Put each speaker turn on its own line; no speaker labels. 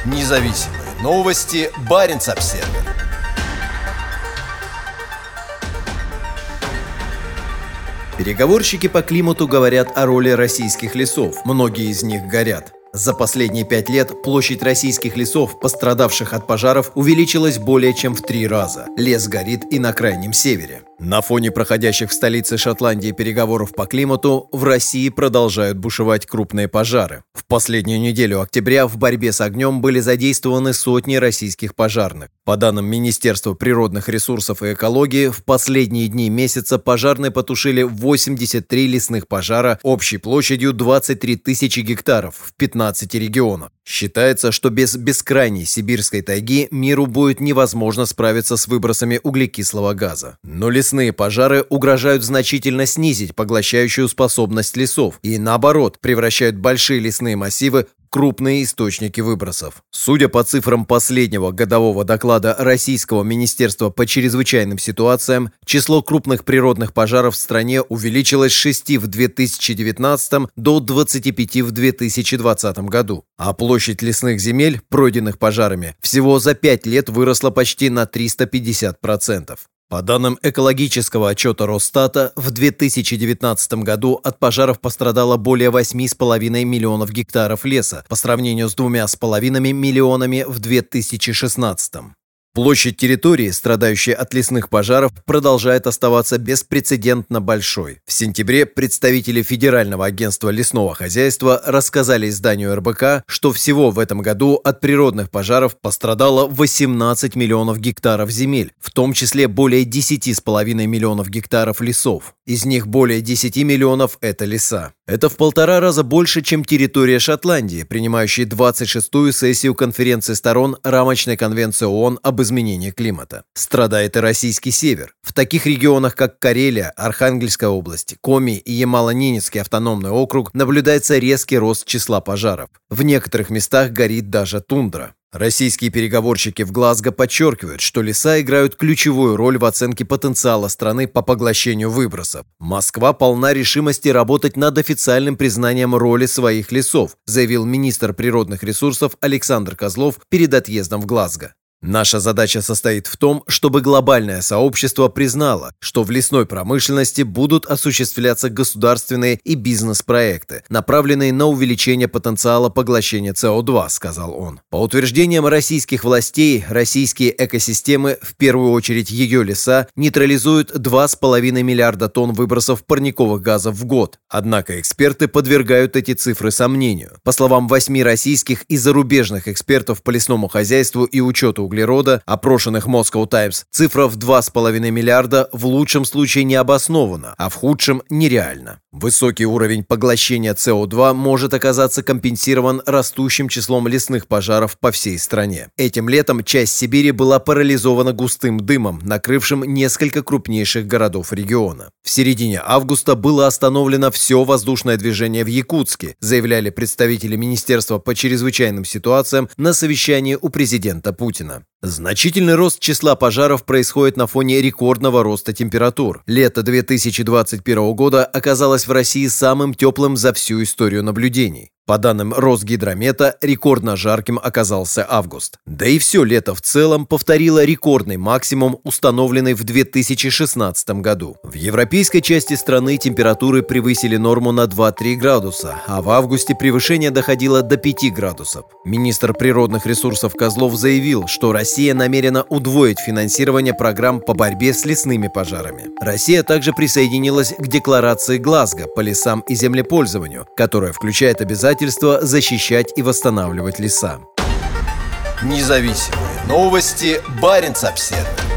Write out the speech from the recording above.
Независимые новости. Баренц-Обсервер. Переговорщики по климату говорят о роли российских лесов. Многие из них горят. За последние 5 лет площадь российских лесов, пострадавших от пожаров, увеличилась более чем в 3 раза. Лес горит и на крайнем севере. На фоне проходящих в столице Шотландии переговоров по климату в России продолжают бушевать крупные пожары. В последнюю неделю октября в борьбе с огнем были задействованы сотни российских пожарных. По данным Министерства природных ресурсов и экологии, в последние дни месяца пожарные потушили 83 лесных пожара общей площадью 23 тысячи гектаров в 15 регионах. Считается, что без бескрайней сибирской тайги миру будет невозможно справиться с выбросами углекислого газа. Но лесные пожары угрожают значительно снизить поглощающую способность лесов и, наоборот, превращают большие лесные массивы в крупные источники выбросов. Судя по цифрам последнего годового доклада Российского Министерства по чрезвычайным ситуациям, число крупных природных пожаров в стране увеличилось с 6 в 2019 до 25 в 2020 году. А площадь лесных земель, пройденных пожарами, всего за 5 лет выросла почти на 350%. По данным экологического отчета Росстата, в 2019 году от пожаров пострадало более 8,5 миллионов гектаров леса, по сравнению с 2,5 миллионами в 2016. Площадь территории, страдающей от лесных пожаров, продолжает оставаться беспрецедентно большой. В сентябре представители Федерального агентства лесного хозяйства рассказали изданию РБК, что всего в этом году от природных пожаров пострадало 18 миллионов гектаров земель, в том числе более 10,5 миллионов гектаров лесов. Из них более 10 миллионов – это леса. Это в 1,5 раза больше, чем территория Шотландии, принимающей 26-ю сессию конференции сторон Рамочной конвенции ООН об изменении климата. Страдает и российский север. В таких регионах, как Карелия, Архангельская область, Коми и Ямало-Ненецкий автономный округ наблюдается резкий рост числа пожаров. В некоторых местах горит даже тундра. Российские переговорщики в Глазго подчеркивают, что леса играют ключевую роль в оценке потенциала страны по поглощению выбросов. Москва полна решимости работать над официальным признанием роли своих лесов, заявил министр природных ресурсов Александр Козлов перед отъездом в Глазго. Наша задача состоит в том, чтобы глобальное сообщество признало, что в лесной промышленности будут осуществляться государственные и бизнес-проекты, направленные на увеличение потенциала поглощения СО2, сказал он. По утверждениям российских властей, российские экосистемы, в первую очередь ее леса, нейтрализуют 2,5 миллиарда тонн выбросов парниковых газов в год. Однако эксперты подвергают эти цифры сомнению. По словам 8 российских и зарубежных экспертов по лесному хозяйству и учету углерода, опрошенных Moscow Times, цифра в 2,5 миллиарда в лучшем случае не обоснована, а в худшем нереальна. Высокий уровень поглощения СО2 может оказаться компенсирован растущим числом лесных пожаров по всей стране. Этим летом часть Сибири была парализована густым дымом, накрывшим несколько крупнейших городов региона. В середине августа было остановлено все воздушное движение в Якутске, заявляли представители Министерства по чрезвычайным ситуациям на совещании у президента Путина. Значительный рост числа пожаров происходит на фоне рекордного роста температур. Лето 2021 года оказалось в России самым теплым за всю историю наблюдений. По данным Росгидромета, рекордно жарким оказался август. Да и все лето в целом повторило рекордный максимум, установленный в 2016 году. В европейской части страны температуры превысили норму на 2-3 градуса, а в августе превышение доходило до 5 градусов. Министр природных ресурсов Козлов заявил, что Россия намерена удвоить финансирование программ по борьбе с лесными пожарами. Россия также присоединилась к декларации Глазго по лесам и землепользованию, которая включает обязательства защищать и восстанавливать леса. Независимые новости. Баренц-Обсервер.